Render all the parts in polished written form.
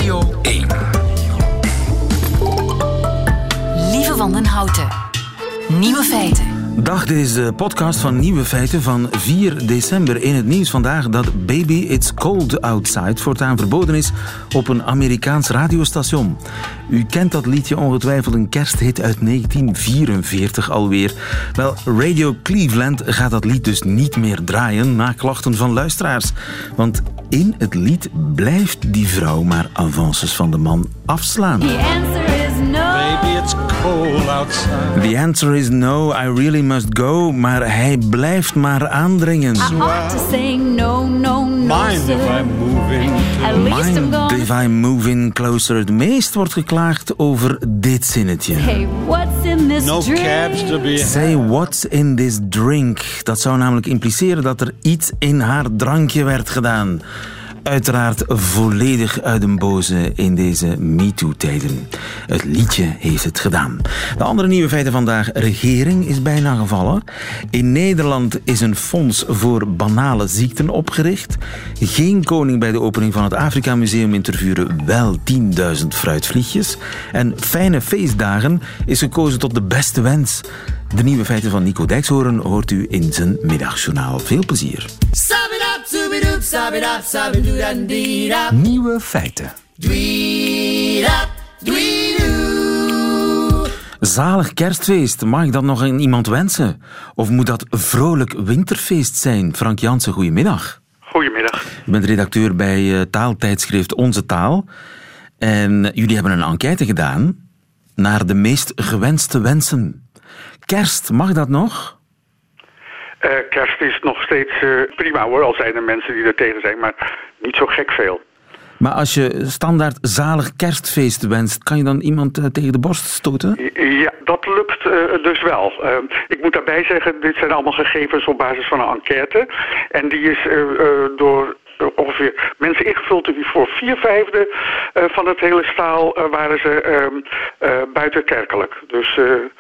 Radio 1. Lieve Wandenhouten. Nieuwe feiten. Dag, dit is de podcast van Nieuwe Feiten van 4 december. In het nieuws vandaag dat Baby It's Cold Outside voortaan verboden is op een Amerikaans radiostation. U kent dat liedje ongetwijfeld, een kersthit uit 1944 alweer. Wel, Radio Cleveland gaat dat lied dus niet meer draaien na klachten van luisteraars. Want in het lied blijft die vrouw maar avances van de man afslaan. The answer is no. Baby, it's cold outside. The answer is no, I really must go. Maar hij blijft maar aandringen. I ought to say no, no, no, Mind sir. if I move in? At least I'm Mind gonna if I move in closer. Het meest wordt geklaagd over dit zinnetje. Hey, what's in this No drink? cabs to be had. Say what's in this drink. Dat zou namelijk impliceren dat er iets in haar drankje werd gedaan. Uiteraard volledig uit den boze in deze MeToo-tijden. Het liedje heeft het gedaan. De andere nieuwe feiten vandaag. Regering is bijna gevallen. In Nederland is een fonds voor banale ziekten opgericht. Geen koning bij de opening van het Afrika Museum in Tervuren. Wel 10.000 fruitvliegjes. En fijne feestdagen is gekozen tot de beste wens. De nieuwe feiten van Nico Dijkshoorn hoort u in zijn middagjournaal. Veel plezier. Nieuwe feiten. Zalig kerstfeest. Mag ik dat nog aan iemand wensen? Of moet dat vrolijk winterfeest zijn? Frank Jansen, goedemiddag. Goedemiddag. U bent redacteur bij taaltijdschrift Onze Taal. En jullie hebben een enquête gedaan naar de meest gewenste wensen. Kerst, mag dat nog? Kerst is nog steeds prima hoor, al zijn er mensen die er tegen zijn, maar niet zo gek veel. Maar als je standaard zalig kerstfeest wenst, kan je dan iemand tegen de borst stoten? Ja, dat lukt dus wel. Ik moet daarbij zeggen, dit zijn allemaal gegevens op basis van een enquête. En die is door ongeveer mensen ingevuld die voor 4/5 van het hele staal waren ze buitenkerkelijk. Dus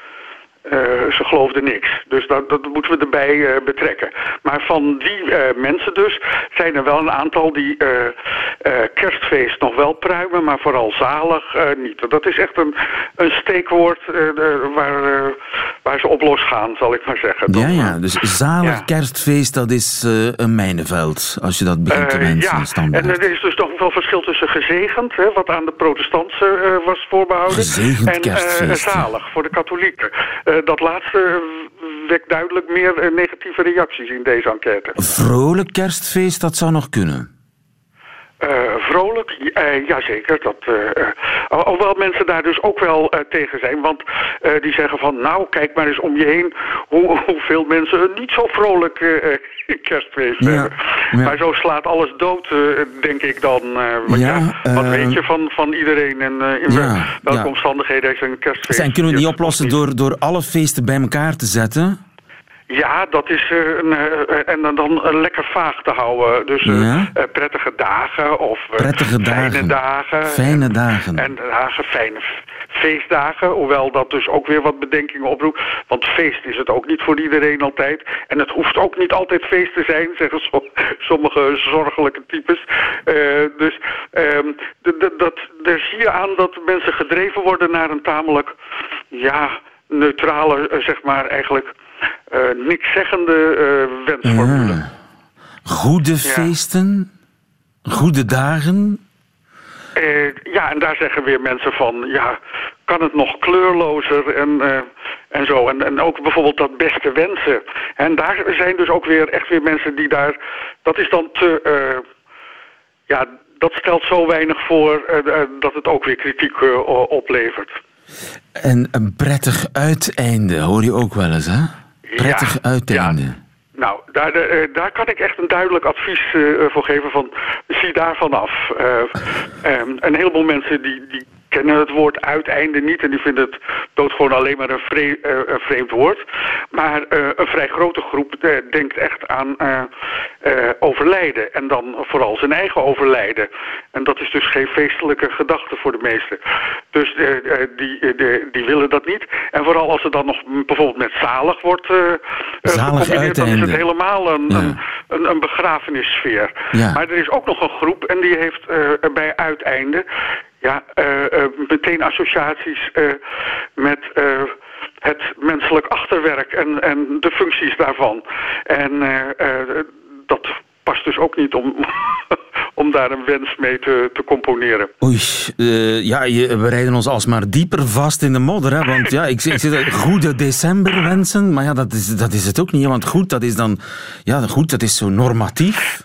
ze geloofden niks. Dus dat moeten we erbij betrekken. Maar van die mensen dus zijn er wel een aantal die kerstfeest nog wel pruimen, maar vooral zalig niet. Dat is echt een steekwoord waar ze op losgaan, zal ik maar zeggen. Ja, dus zalig kerstfeest, dat is een mijnenveld, als je dat begint te wensen. Ja, standaard. en er is dus nog wel verschil tussen gezegend, hè, wat aan de protestanten was voorbehouden, Gezegend en kerstfeest, ja. zalig voor de katholieken. Dat laatste wekt duidelijk meer negatieve reacties in deze enquête. Vrolijk kerstfeest, dat zou nog kunnen. Vrolijk? Jazeker. Alhoewel mensen daar dus ook wel tegen zijn. Want die zeggen van, nou, kijk maar eens om je heen hoeveel mensen een niet zo vrolijk kerstfeest hebben. Ja. Maar zo slaat alles dood, denk ik dan. Wat weet je van iedereen en in welke omstandigheden is een kerstfeest? Kunnen we het niet oplossen door alle feesten bij elkaar te zetten? Ja, dat is en dan lekker vaag te houden. Dus prettige dagen of fijne dagen. Fijne dagen. En dagen, fijne feestdagen. Hoewel dat dus ook weer wat bedenkingen oproept. Want feest is het ook niet voor iedereen altijd. En het hoeft ook niet altijd feest te zijn, zeggen sommige zorgelijke types. Dus daar zie je aan dat mensen gedreven worden naar een tamelijk neutrale, zeg maar eigenlijk niks zeggende wensformule. Goede feesten? Goede dagen? En daar zeggen weer mensen van, kan het nog kleurlozer en zo. En ook bijvoorbeeld dat beste wensen. En daar zijn dus ook weer echt weer mensen die daar, dat is dan te, dat stelt zo weinig voor dat het ook weer kritiek oplevert. En een prettig uiteinde, hoor je ook wel eens, hè? Prettig uiteinde. Ja. Nou, daar kan ik echt een duidelijk advies voor geven van, zie daarvan af. Een heleboel mensen die kennen het woord uiteinde niet en die vinden het doodgewoon alleen maar een vreemd woord. Maar een vrij grote groep denkt echt aan overlijden en dan vooral zijn eigen overlijden. En dat is dus geen feestelijke gedachte voor de meesten. Dus die willen dat niet. En vooral als het dan nog bijvoorbeeld met zalig wordt zalig gecombineerd, dan is het helemaal een begrafenissfeer. Ja. Maar er is ook nog een groep en die heeft bij uiteinde meteen associaties met het menselijk achterwerk en de functies daarvan. En dat past dus ook niet om daar een wens mee te componeren. Oei, we rijden ons alsmaar dieper vast in de modder. Hè? Want ja, ik zit goede december wensen, maar ja, dat is het ook niet. Want goed, dat is dan... Ja, goed, dat is zo normatief.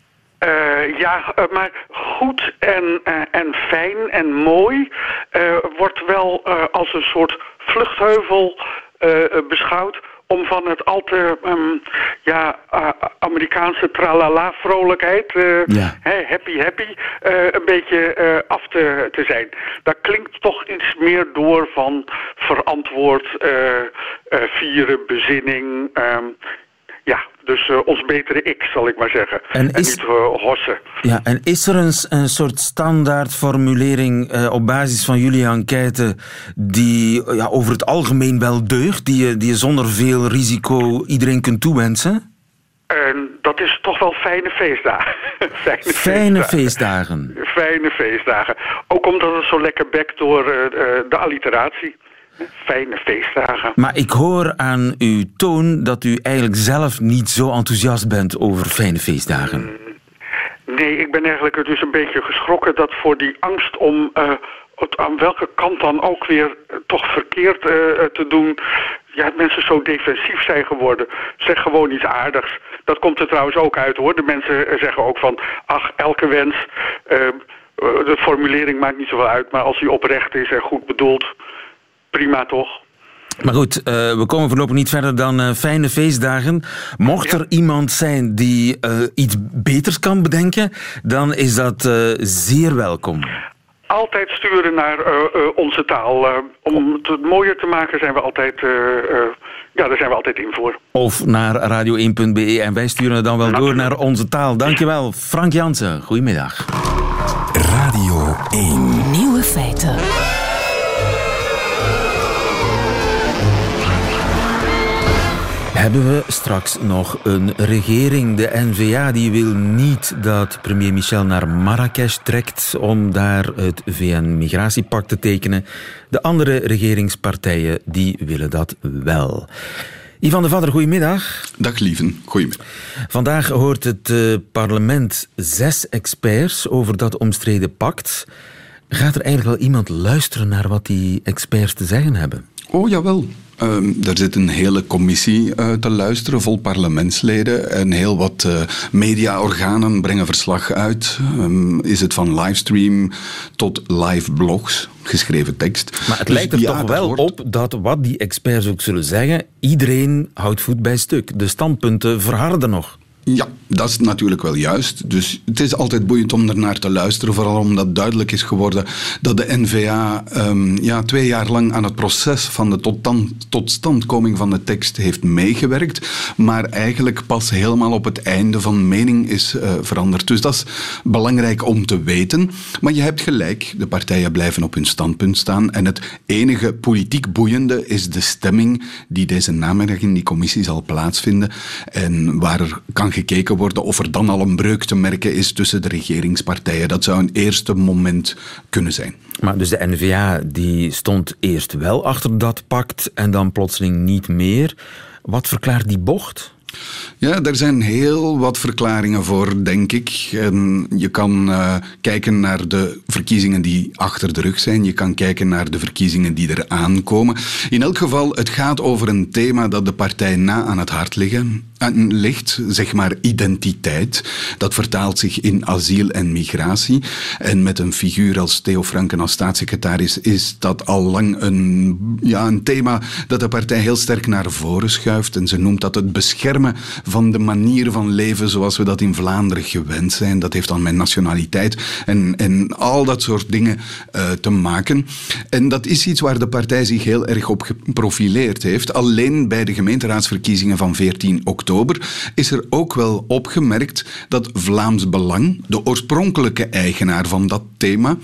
Maar goed en fijn en mooi wordt wel als een soort vluchtheuvel beschouwd om van het al te Amerikaanse tralala-vrolijkheid, happy, een beetje af te zijn. Daar klinkt toch iets meer door van verantwoord, vieren, bezinning. Dus ons betere ik, zal ik maar zeggen. En niet hossen. Ja, en is er een soort standaardformulering op basis van jullie enquête die over het algemeen wel deugt, die je zonder veel risico iedereen kunt toewensen? Dat is toch wel fijne feestdagen. Fijne feestdagen. Fijne feestdagen. Ook omdat het zo lekker bekt door de alliteratie. Fijne feestdagen. Maar ik hoor aan uw toon dat u eigenlijk zelf niet zo enthousiast bent over fijne feestdagen. Nee, ik ben eigenlijk dus een beetje geschrokken dat voor die angst om aan welke kant dan ook weer toch verkeerd te doen, mensen zo defensief zijn geworden. Zeg gewoon iets aardigs. Dat komt er trouwens ook uit, hoor. De mensen zeggen ook van, elke wens, de formulering maakt niet zoveel uit, maar als die oprecht is en goed bedoeld, prima toch? Maar goed, we komen voorlopig niet verder dan fijne feestdagen. Mocht er iemand zijn die iets beters kan bedenken, dan is dat zeer welkom. Altijd sturen naar onze taal. Om het mooier te maken zijn we altijd, daar zijn we altijd in voor. Of naar radio1.be en wij sturen het dan wel door naar onze taal. Dankjewel, Frank Jansen. Goedemiddag. Radio 1. Nieuwe feiten. Hebben we straks nog een regering? De N-VA die wil niet dat premier Michel naar Marrakesh trekt om daar het VN-migratiepact te tekenen. De andere regeringspartijen die willen dat wel. Ivan de Vadder, goedemiddag. Dag lieven, goedemiddag. Vandaag hoort het parlement 6 experts over dat omstreden pact. Gaat er eigenlijk wel iemand luisteren naar wat die experts te zeggen hebben? Oh, jawel. Er zit een hele commissie te luisteren, vol parlementsleden. En heel wat mediaorganen brengen verslag uit. Is het van livestream tot live blogs, geschreven tekst. Maar het lijkt er toch wel op dat wat die experts ook zullen zeggen, iedereen houdt voet bij stuk. De standpunten verharden nog. Ja, dat is natuurlijk wel juist. Dus het is altijd boeiend om ernaar te luisteren, vooral omdat duidelijk is geworden dat de N-VA 2 jaar lang aan het proces van de totstandkoming van de tekst heeft meegewerkt, maar eigenlijk pas helemaal op het einde van mening is veranderd. Dus dat is belangrijk om te weten. Maar je hebt gelijk, de partijen blijven op hun standpunt staan en het enige politiek boeiende is de stemming die deze namiddag in die commissie zal plaatsvinden en waar er kan gekeken worden of er dan al een breuk te merken is tussen de regeringspartijen. Dat zou een eerste moment kunnen zijn. Maar dus de N-VA die stond eerst wel achter dat pact en dan plotseling niet meer. Wat verklaart die bocht? Ja, daar zijn heel wat verklaringen voor, denk ik. En je kan kijken naar de verkiezingen die achter de rug zijn. Je kan kijken naar de verkiezingen die er aankomen. In elk geval, het gaat over een thema dat de partij na aan het hart ligt, zeg maar identiteit. Dat vertaalt zich in asiel en migratie. En met een figuur als Theo Franken als staatssecretaris is dat al lang een thema dat de partij heel sterk naar voren schuift. En ze noemt dat het beschermen van de manier van leven zoals we dat in Vlaanderen gewend zijn. Dat heeft dan met nationaliteit en al dat soort dingen te maken. En dat is iets waar de partij zich heel erg op geprofileerd heeft. Alleen bij de gemeenteraadsverkiezingen van 14 oktober is er ook wel opgemerkt dat Vlaams Belang, de oorspronkelijke eigenaar van dat thema,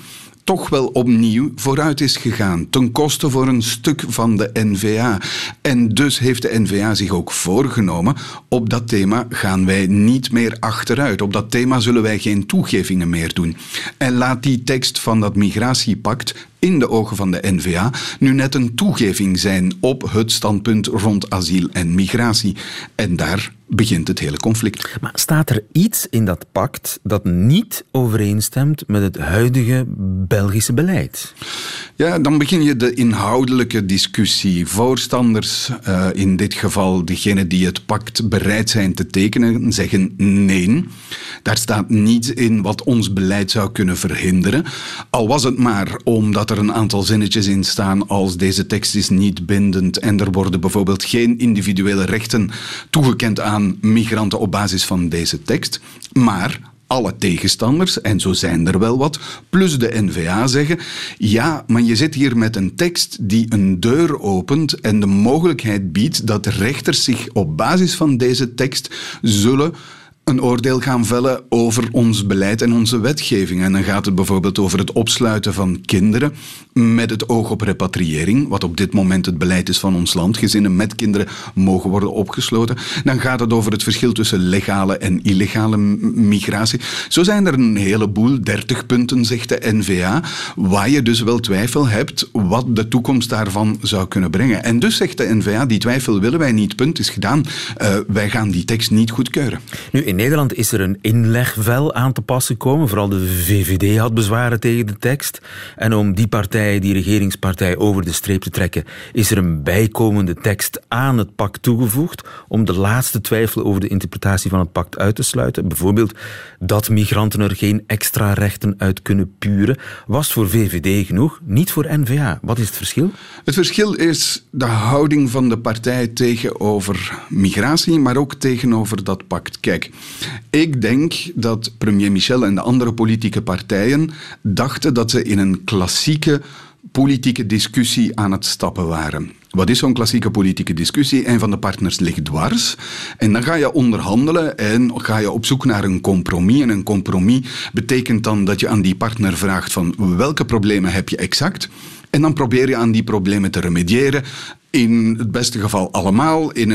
toch wel opnieuw vooruit is gegaan, ten koste voor een stuk van de N-VA. En dus heeft de N-VA zich ook voorgenomen, op dat thema gaan wij niet meer achteruit. Op dat thema zullen wij geen toegevingen meer doen. En laat die tekst van dat migratiepact in de ogen van de N-VA nu net een toegeving zijn op het standpunt rond asiel en migratie. En daar begint het hele conflict. Maar staat er iets in dat pact dat niet overeenstemt met het huidige Belgische beleid? Ja, dan begin je de inhoudelijke discussie. Voorstanders, in dit geval degenen die het pact bereid zijn te tekenen, zeggen nee. Daar staat niets in wat ons beleid zou kunnen verhinderen. Al was het maar omdat er een aantal zinnetjes in staan als deze tekst is niet bindend en er worden bijvoorbeeld geen individuele rechten toegekend aan migranten op basis van deze tekst. Maar alle tegenstanders, en zo zijn er wel wat, plus de N-VA zeggen, ja, maar je zit hier met een tekst die een deur opent en de mogelijkheid biedt dat de rechters zich op basis van deze tekst zullen een oordeel gaan vellen over ons beleid en onze wetgeving. En dan gaat het bijvoorbeeld over het opsluiten van kinderen met het oog op repatriëring, wat op dit moment het beleid is van ons land. Gezinnen met kinderen mogen worden opgesloten. Dan gaat het over het verschil tussen legale en illegale migratie. Zo zijn er een heleboel, 30 punten, zegt de N-VA, waar je dus wel twijfel hebt wat de toekomst daarvan zou kunnen brengen. En dus zegt de N-VA, die twijfel willen wij niet, punt is gedaan. Wij gaan die tekst niet goedkeuren. Nu, in Nederland is er een inlegvel aan te pas gekomen. Vooral de VVD had bezwaren tegen de tekst. En om die partij, die regeringspartij, over de streep te trekken, is er een bijkomende tekst aan het pact toegevoegd om de laatste twijfel over de interpretatie van het pact uit te sluiten. Bijvoorbeeld dat migranten er geen extra rechten uit kunnen puren. Was voor VVD genoeg, niet voor N-VA. Wat is het verschil? Het verschil is de houding van de partij tegenover migratie, maar ook tegenover dat pact. Kijk, ik denk dat premier Michel en de andere politieke partijen dachten dat ze in een klassieke politieke discussie aan het stappen waren. Wat is zo'n klassieke politieke discussie? Een van de partners ligt dwars. En dan ga je onderhandelen en ga je op zoek naar een compromis. En een compromis betekent dan dat je aan die partner vraagt van welke problemen heb je exact? En dan probeer je aan die problemen te remediëren. In het beste geval allemaal, in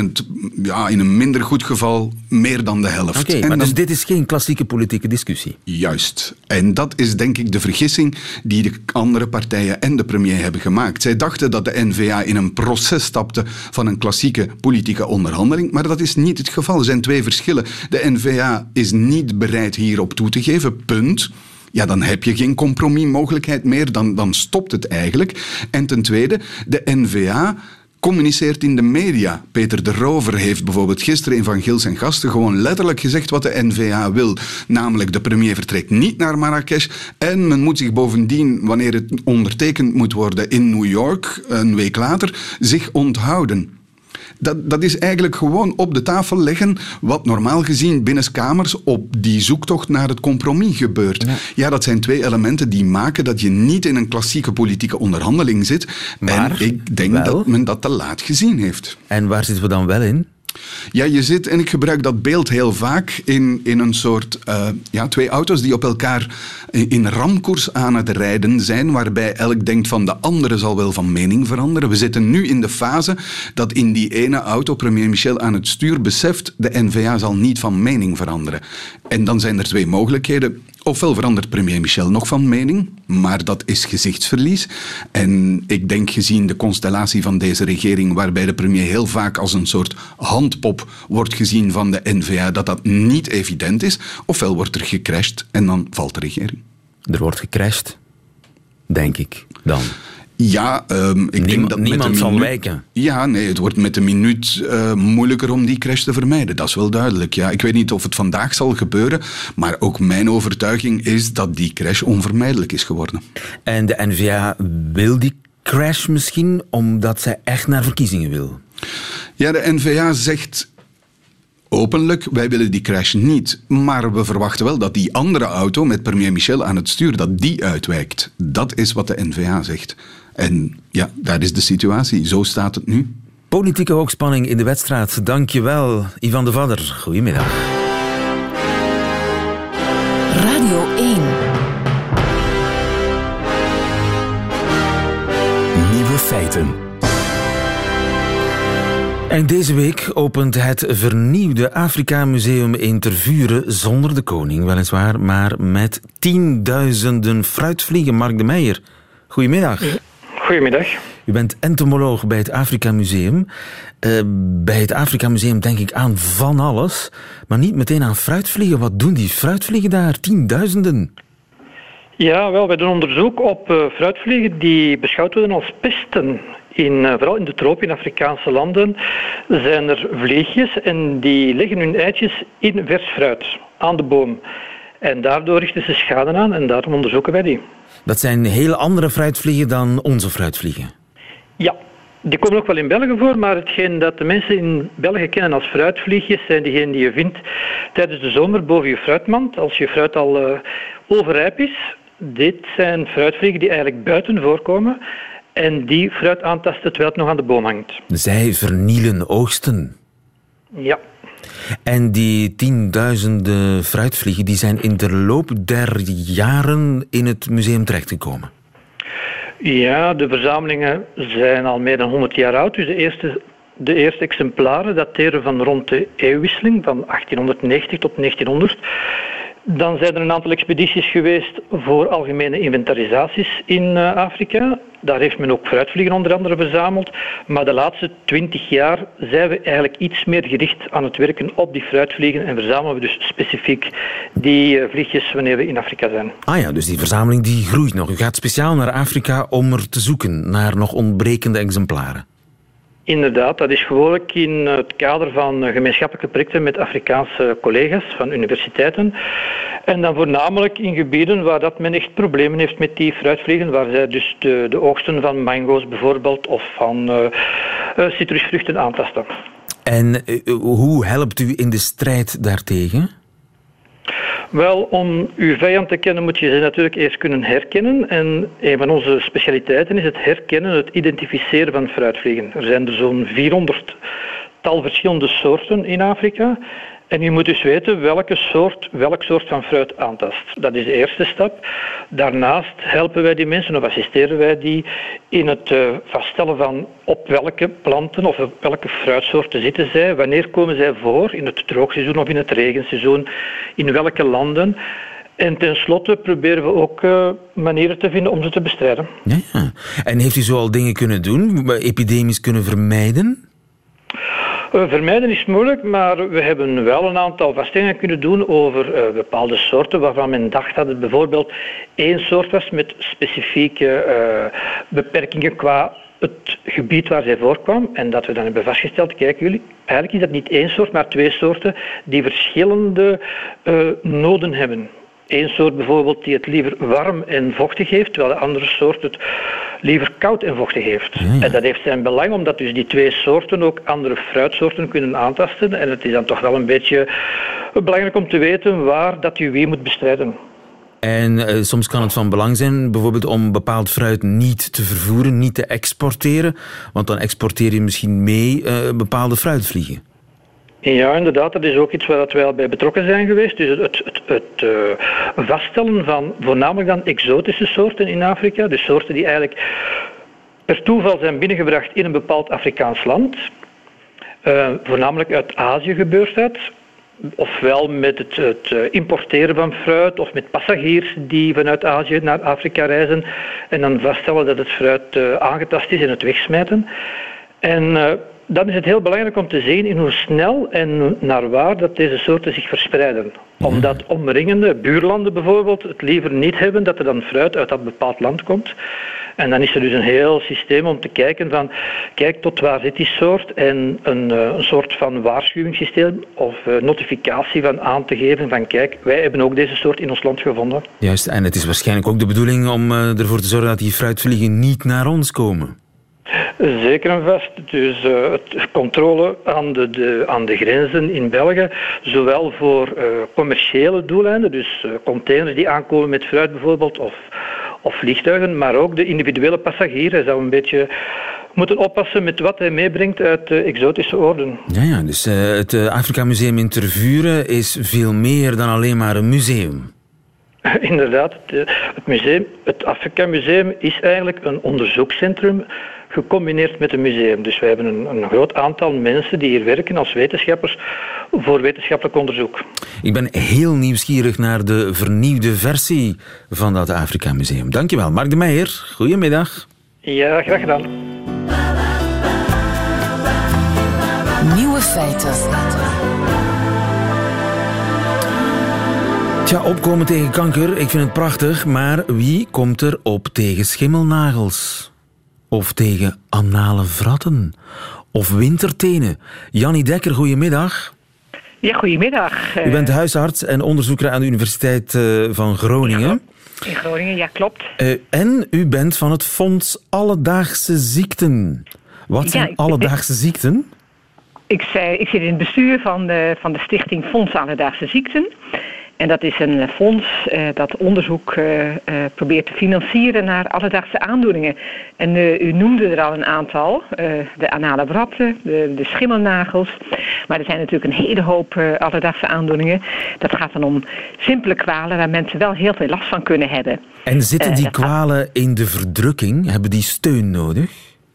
een minder goed geval meer dan de helft. Oké, maar dan, dus dit is geen klassieke politieke discussie? Juist. En dat is denk ik de vergissing die de andere partijen en de premier hebben gemaakt. Zij dachten dat de N-VA in een proces stapte van een klassieke politieke onderhandeling, maar dat is niet het geval. Er zijn twee verschillen. De N-VA is niet bereid hierop toe te geven, punt. Ja, dan heb je geen compromismogelijkheid meer, dan stopt het eigenlijk. En ten tweede, de N-VA communiceert in de media. Peter de Rover heeft bijvoorbeeld gisteren in Van Gils en Gasten gewoon letterlijk gezegd wat de N-VA wil. Namelijk, de premier vertrekt niet naar Marrakesh en men moet zich bovendien, wanneer het ondertekend moet worden in New York, een week later, zich onthouden. Dat is eigenlijk gewoon op de tafel leggen wat normaal gezien binnenskamers op die zoektocht naar het compromis gebeurt. Ja, dat zijn twee elementen die maken dat je niet in een klassieke politieke onderhandeling zit. Maar en ik denk dat men dat te laat gezien heeft. En waar zitten we dan wel in? Ja, je zit, en ik gebruik dat beeld heel vaak, in een soort twee auto's die op elkaar in ramkoers aan het rijden zijn, waarbij elk denkt van de andere zal wel van mening veranderen. We zitten nu in de fase dat in die ene auto premier Michel aan het stuur beseft, de N-VA zal niet van mening veranderen. En dan zijn er twee mogelijkheden. Ofwel verandert premier Michel nog van mening, maar dat is gezichtsverlies. En ik denk gezien de constellatie van deze regering, waarbij de premier heel vaak als een soort handpop wordt gezien van de N-VA, dat niet evident is. Ofwel wordt er gecrashed en dan valt de regering. Er wordt gecrashed, denk ik dan. Ja, ik denk dat niemand zal wijken. Ja, nee, het wordt met de minuut moeilijker om die crash te vermijden. Dat is wel duidelijk. Ja. Ik weet niet of het vandaag zal gebeuren, maar ook mijn overtuiging is dat die crash onvermijdelijk is geworden. En de N-VA wil die crash misschien omdat zij echt naar verkiezingen wil? Ja, de N-VA zegt openlijk, wij willen die crash niet. Maar we verwachten wel dat die andere auto met premier Michel aan het stuur, dat die uitwijkt. Dat is wat de N-VA zegt. En ja, daar is de situatie. Zo staat het nu. Politieke hoogspanning in de wedstrijd. Dank je wel, Ivan de Vadder. Goedemiddag. Radio 1. feiten. En deze week opent het vernieuwde Afrika Museum in Tervuren zonder de koning, weliswaar, maar met tienduizenden fruitvliegen. Mark de Meijer, goedemiddag. Goedemiddag. U bent entomoloog bij het Afrika Museum. Bij het Afrika Museum denk ik aan van alles, maar niet meteen aan fruitvliegen. Wat doen die fruitvliegen daar? Tienduizenden. Ja, wel, wij doen onderzoek op fruitvliegen die beschouwd worden als pesten. Vooral in de tropen in Afrikaanse landen zijn er vliegjes en die leggen hun eitjes in vers fruit aan de boom. En daardoor richten ze schade aan en daarom onderzoeken wij die. Dat zijn heel andere fruitvliegen dan onze fruitvliegen? Ja, die komen ook wel in België voor, maar hetgeen dat de mensen in België kennen als fruitvliegjes zijn diegenen die je vindt tijdens de zomer boven je fruitmand, als je fruit al overrijp is. Dit zijn fruitvliegen die eigenlijk buiten voorkomen en die fruit aantasten terwijl het nog aan de boom hangt. Zij vernielen oogsten? Ja. En die tienduizenden fruitvliegen die zijn in de loop der jaren in het museum terechtgekomen? Ja, de verzamelingen zijn al meer dan 100 jaar oud. Dus de eerste exemplaren dateren van rond de eeuwwisseling, van 1890 tot 1900. Dan zijn er een aantal expedities geweest voor algemene inventarisaties in Afrika. Daar heeft men ook fruitvliegen onder andere verzameld. Maar de laatste 20 jaar zijn we eigenlijk iets meer gericht aan het werken op die fruitvliegen en verzamelen we dus specifiek die vliegjes wanneer we in Afrika zijn. Ah ja, dus die verzameling die groeit nog. U gaat speciaal naar Afrika om er te zoeken naar nog ontbrekende exemplaren. Inderdaad, dat is gewoonlijk in het kader van gemeenschappelijke projecten met Afrikaanse collega's van universiteiten. En dan voornamelijk in gebieden waar dat men echt problemen heeft met die fruitvliegen, waar zij dus de oogsten van mango's bijvoorbeeld of van citrusvruchten aantasten. En hoe helpt u in de strijd daartegen? Wel, om uw vijand te kennen moet je ze natuurlijk eerst kunnen herkennen. En een van onze specialiteiten is het herkennen, het identificeren van fruitvliegen. Er zijn er zo'n 400-tal verschillende soorten in Afrika. En je moet dus weten welk soort van fruit aantast. Dat is de eerste stap. Daarnaast helpen wij die mensen of assisteren wij die in het vaststellen van op welke planten of op welke fruitsoorten zitten zij, wanneer komen zij voor, in het droogseizoen of in het regenseizoen, in welke landen. En tenslotte proberen we ook manieren te vinden om ze te bestrijden. Ja. En heeft u zo al dingen kunnen doen, epidemisch kunnen vermijden? Vermijden is moeilijk, maar we hebben wel een aantal vaststellingen kunnen doen over bepaalde soorten waarvan men dacht dat het bijvoorbeeld één soort was met specifieke beperkingen qua het gebied waar zij voorkwam. En dat we dan hebben vastgesteld, kijk jullie, eigenlijk is dat niet één soort, maar twee soorten die verschillende noden hebben. Eén soort bijvoorbeeld die het liever warm en vochtig heeft, terwijl de andere soort het liever koud en vochtig heeft. Ja. En dat heeft zijn belang, omdat dus die twee soorten ook andere fruitsoorten kunnen aantasten. En het is dan toch wel een beetje belangrijk om te weten waar dat je wie moet bestrijden. En soms kan het van belang zijn, bijvoorbeeld om bepaald fruit niet te vervoeren, niet te exporteren. Want dan exporteer je misschien mee bepaalde fruitvliegen. Ja, inderdaad. Dat is ook iets waar wij al bij betrokken zijn geweest. Dus het vaststellen van voornamelijk dan exotische soorten in Afrika. Dus soorten die eigenlijk per toeval zijn binnengebracht in een bepaald Afrikaans land. Voornamelijk uit Azië gebeurt dat. Ofwel met het importeren van fruit of met passagiers die vanuit Azië naar Afrika reizen. En dan vaststellen dat het fruit aangetast is en het wegsmijten. En dan is het heel belangrijk om te zien in hoe snel en naar waar dat deze soorten zich verspreiden. Omdat omringende buurlanden bijvoorbeeld het liever niet hebben dat er dan fruit uit dat bepaald land komt. En dan is er dus een heel systeem om te kijken van, kijk tot waar zit die soort en een soort van waarschuwingssysteem of notificatie van aan te geven van, kijk, wij hebben ook deze soort in ons land gevonden. Juist, en het is waarschijnlijk ook de bedoeling om ervoor te zorgen dat die fruitvliegen niet naar ons komen. Zeker en vast. Dus het controle aan de grenzen in België, zowel voor commerciële doeleinden, dus containers die aankomen met fruit bijvoorbeeld, of vliegtuigen, maar ook de individuele passagier. Hij zou een beetje moeten oppassen met wat hij meebrengt uit exotische oorden. Ja, dus het Afrika Museum in Tervuren is veel meer dan alleen maar een museum. Inderdaad, het Afrika Museum is eigenlijk een onderzoekscentrum gecombineerd met een museum. Dus wij hebben een groot aantal mensen die hier werken als wetenschappers voor wetenschappelijk onderzoek. Ik ben heel nieuwsgierig naar de vernieuwde versie van dat Afrika Museum. Dankjewel, Mark de Meijer. Goedemiddag. Ja, graag gedaan. Nieuwe feiten. Tja, opkomen tegen kanker, ik vind het prachtig, maar wie komt er op tegen schimmelnagels? Of tegen anale vratten? Of wintertenen? Jannie Dekker, goedemiddag. Ja, goedemiddag. U bent huisarts en onderzoeker aan de Universiteit van Groningen. In Groningen, ja, klopt. En u bent van het Fonds Alledaagse Ziekten. Wat zijn alledaagse ziekten? Ik zit in het bestuur van de stichting Fonds Alledaagse Ziekten. En dat is een fonds dat onderzoek probeert te financieren naar alledaagse aandoeningen. En u noemde er al een aantal. De anale wratten, de schimmelnagels. Maar er zijn natuurlijk een hele hoop alledaagse aandoeningen. Dat gaat dan om simpele kwalen waar mensen wel heel veel last van kunnen hebben. En zitten die kwalen in de verdrukking? Hebben die steun nodig?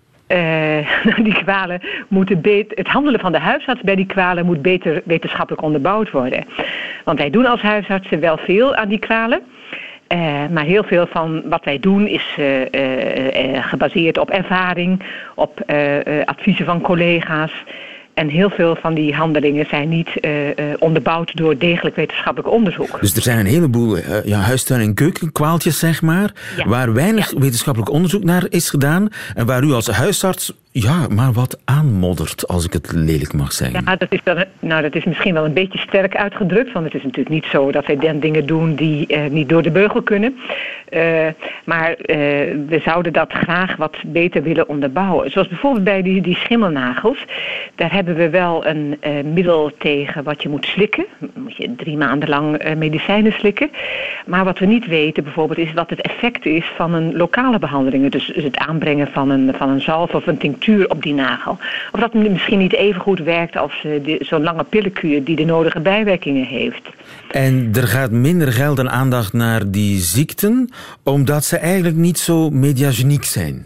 Die kwalen moeten het handelen van de huisarts bij die kwalen moet beter wetenschappelijk onderbouwd worden. Want wij doen als huisartsen wel veel aan die kwalen. Maar heel veel van wat wij doen is gebaseerd op ervaring, op adviezen van collega's. En heel veel van die handelingen zijn niet onderbouwd door degelijk wetenschappelijk onderzoek. Dus er zijn een heleboel huistuin- en keukenkwaaltjes, zeg maar, waar weinig wetenschappelijk onderzoek naar is gedaan en waar u als huisarts maar wat aanmoddert, als ik het lelijk mag zeggen. Ja, dat is misschien wel een beetje sterk uitgedrukt, want het is natuurlijk niet zo dat wij dan dingen doen die niet door de beugel kunnen. Maar we zouden dat graag wat beter willen onderbouwen. Zoals bijvoorbeeld bij die schimmelnagels. Daar hebben we wel een middel tegen wat je moet slikken. Dan moet je 3 maanden lang medicijnen slikken. Maar wat we niet weten bijvoorbeeld is wat het effect is van een lokale behandeling. Dus het aanbrengen van een zalf of een tinctuur op die nagel. Of dat misschien niet even goed werkt als zo'n lange pillenkuur die de nodige bijwerkingen heeft. En er gaat minder geld en aandacht naar die ziekten, omdat ze eigenlijk niet zo mediageniek zijn.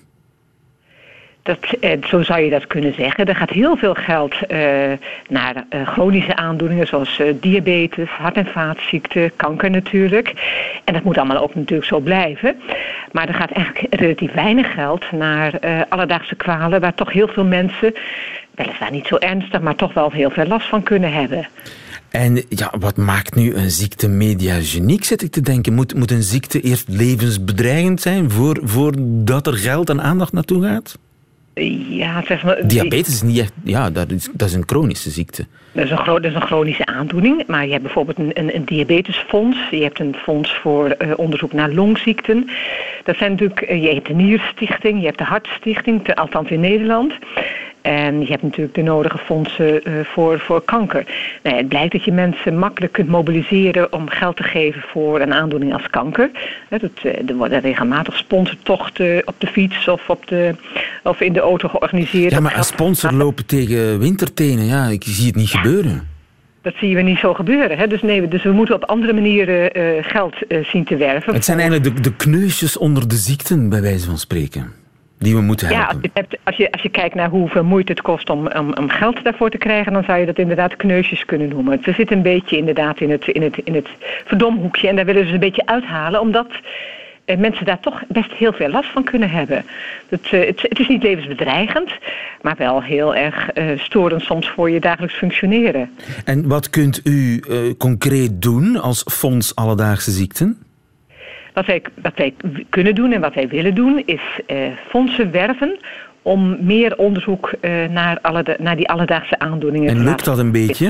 Zo zou je dat kunnen zeggen. Er gaat heel veel geld naar chronische aandoeningen zoals diabetes, hart- en vaatziekten, kanker natuurlijk. En dat moet allemaal ook natuurlijk zo blijven. Maar er gaat eigenlijk relatief weinig geld naar alledaagse kwalen waar toch heel veel mensen, weliswaar niet zo ernstig, maar toch wel heel veel last van kunnen hebben. En wat maakt nu een ziekte mediageniek, zit ik te denken? Moet een ziekte eerst levensbedreigend zijn voordat er geld en aandacht naartoe gaat? Ja, zeg maar, diabetes is niet echt. Ja, dat is een chronische ziekte. Dat is een chronische aandoening. Maar je hebt bijvoorbeeld een diabetesfonds. Je hebt een fonds voor onderzoek naar longziekten. Dat zijn natuurlijk. Je hebt de Nierstichting, je hebt de Hartstichting, althans in Nederland. En je hebt natuurlijk de nodige fondsen voor kanker. Nou, het blijkt dat je mensen makkelijk kunt mobiliseren om geld te geven voor een aandoening als kanker. Er worden regelmatig sponsortochten op de fiets of in de auto georganiseerd. Ja, maar een sponsor lopen tegen wintertenen, ik zie het niet gebeuren. Dat zien we niet zo gebeuren. Hè? Dus we moeten op andere manieren geld zien te werven. Het zijn eigenlijk de kneusjes onder de ziekten, bij wijze van spreken, die we moeten helpen. Ja, als je kijkt naar hoeveel moeite het kost om geld daarvoor te krijgen, dan zou je dat inderdaad kneusjes kunnen noemen. Ze zitten een beetje inderdaad in het verdomhoekje en daar willen ze een beetje uithalen, omdat mensen daar toch best heel veel last van kunnen hebben. Het is niet levensbedreigend, maar wel heel erg storend soms voor je dagelijks functioneren. En wat kunt u concreet doen als Fonds Alledaagse Ziekten? Wat wij kunnen doen en wat wij willen doen is fondsen werven om meer onderzoek naar die alledaagse aandoeningen te laten. En lukt dat een beetje?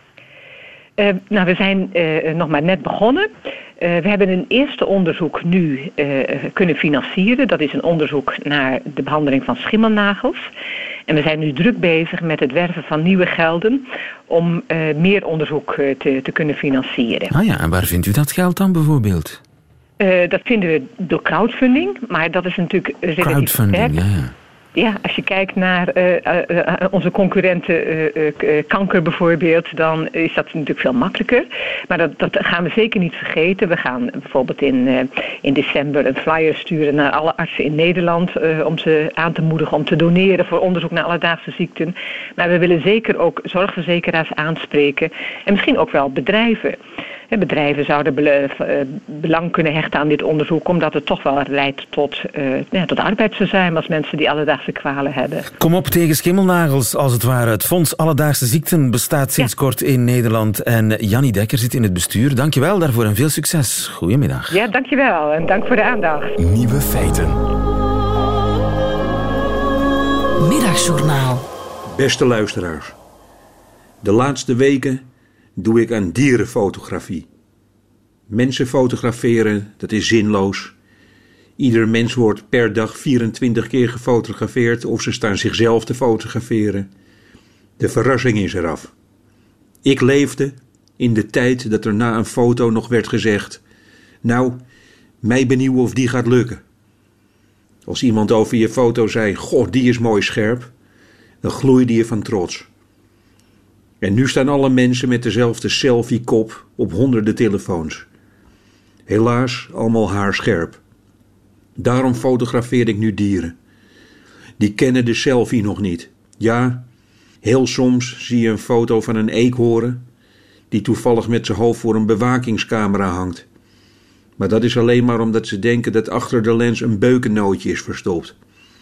We zijn nog maar net begonnen. We hebben een eerste onderzoek nu kunnen financieren. Dat is een onderzoek naar de behandeling van schimmelnagels. En we zijn nu druk bezig met het werven van nieuwe gelden om meer onderzoek te kunnen financieren. En waar vindt u dat geld dan bijvoorbeeld? Dat vinden we door crowdfunding, maar dat is natuurlijk relatief beperkt. als je kijkt naar onze concurrenten, kanker bijvoorbeeld, dan is dat natuurlijk veel makkelijker. Maar dat gaan we zeker niet vergeten. We gaan bijvoorbeeld in december een flyer sturen naar alle artsen in Nederland om ze aan te moedigen om te doneren voor onderzoek naar alledaagse ziekten. Maar we willen zeker ook zorgverzekeraars aanspreken en misschien ook wel bedrijven. Bedrijven zouden belang kunnen hechten aan dit onderzoek, omdat het toch wel leidt tot arbeidsverzuim als mensen die alledaagse kwalen hebben. Kom op tegen schimmelnagels, als het ware. Het Fonds Alledaagse Ziekten bestaat sinds kort in Nederland en Jannie Dekker zit in het bestuur. Dankjewel daarvoor en veel succes. Goedemiddag. Ja, dankjewel en dank voor de aandacht. Nieuwe feiten. Middagjournaal. Beste luisteraars, de laatste weken doe ik aan dierenfotografie. Mensen fotograferen, dat is zinloos. Ieder mens wordt per dag 24 keer gefotografeerd of ze staan zichzelf te fotograferen. De verrassing is eraf. Ik leefde in de tijd dat er na een foto nog werd gezegd: nou, mij benieuwen of die gaat lukken. Als iemand over je foto zei: goh, die is mooi scherp, dan gloeide je van trots. En nu staan alle mensen met dezelfde selfie-kop op honderden telefoons. Helaas allemaal haarscherp. Daarom fotografeer ik nu dieren. Die kennen de selfie nog niet. Ja, heel soms zie je een foto van een eekhoorn die toevallig met zijn hoofd voor een bewakingscamera hangt. Maar dat is alleen maar omdat ze denken dat achter de lens een beukennootje is verstopt.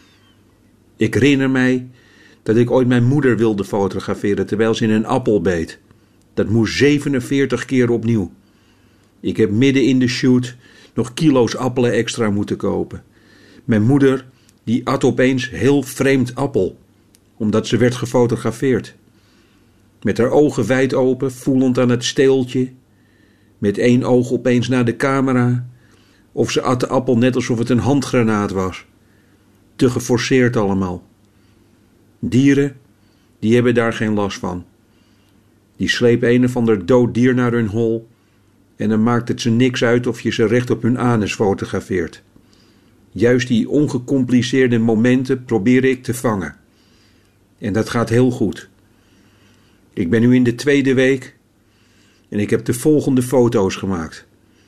Ik herinner mij dat ik ooit mijn moeder wilde fotograferen terwijl ze in een appel beet. Dat moest 47 keer opnieuw. Ik heb midden in de shoot nog kilo's appelen extra moeten kopen. Mijn moeder die at opeens heel vreemd appel, omdat ze werd gefotografeerd. Met haar ogen wijd open, voelend aan het steeltje, met één oog opeens naar de camera, of ze at de appel net alsof het een handgranaat was. Te geforceerd allemaal. Dieren, die hebben daar geen last van. Die slepen een of ander dood dier naar hun hol en dan maakt het ze niks uit of je ze recht op hun anus fotografeert. Juist die ongecompliceerde momenten probeer ik te vangen. En dat gaat heel goed. Ik ben nu in de 2e week en ik heb de volgende foto's gemaakt.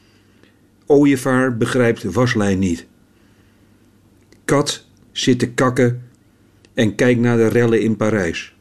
Ooievaar begrijpt waslijn niet. Kat zit te kakken en kijkt naar de rellen in Parijs.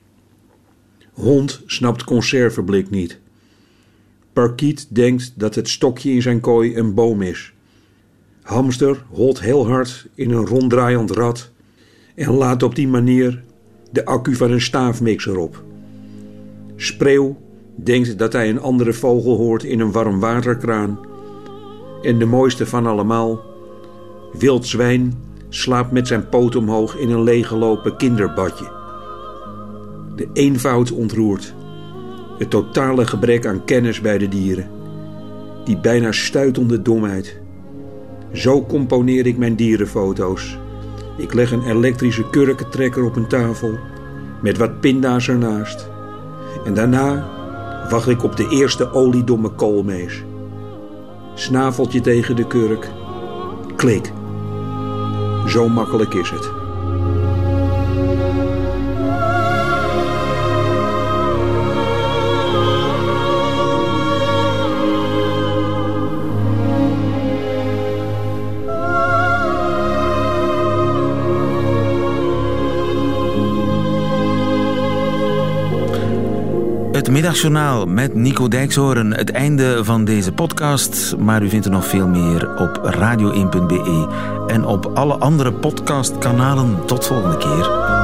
Hond snapt conserveblik niet. Parkiet denkt dat het stokje in zijn kooi een boom is. Hamster holt heel hard in een ronddraaiend rad en laat op die manier de accu van een staafmixer op. Spreeuw denkt dat hij een andere vogel hoort in een warmwaterkraan. En de mooiste van allemaal, wild zwijn slaapt met zijn poot omhoog in een leeggelopen kinderbadje. De eenvoud ontroert. Het totale gebrek aan kennis bij de dieren. Die bijna stuitende domheid. Zo componeer ik mijn dierenfoto's. Ik leg een elektrische kurkentrekker op een tafel met wat pinda's ernaast. En daarna wacht ik op de eerste oliedomme koolmees. Snaveltje tegen de kurk. Klik. Zo makkelijk is het. Het Middagjournaal met Nico Dijkshoorn. Het einde van deze podcast. Maar u vindt er nog veel meer op radio1.be en op alle andere podcastkanalen. Tot volgende keer.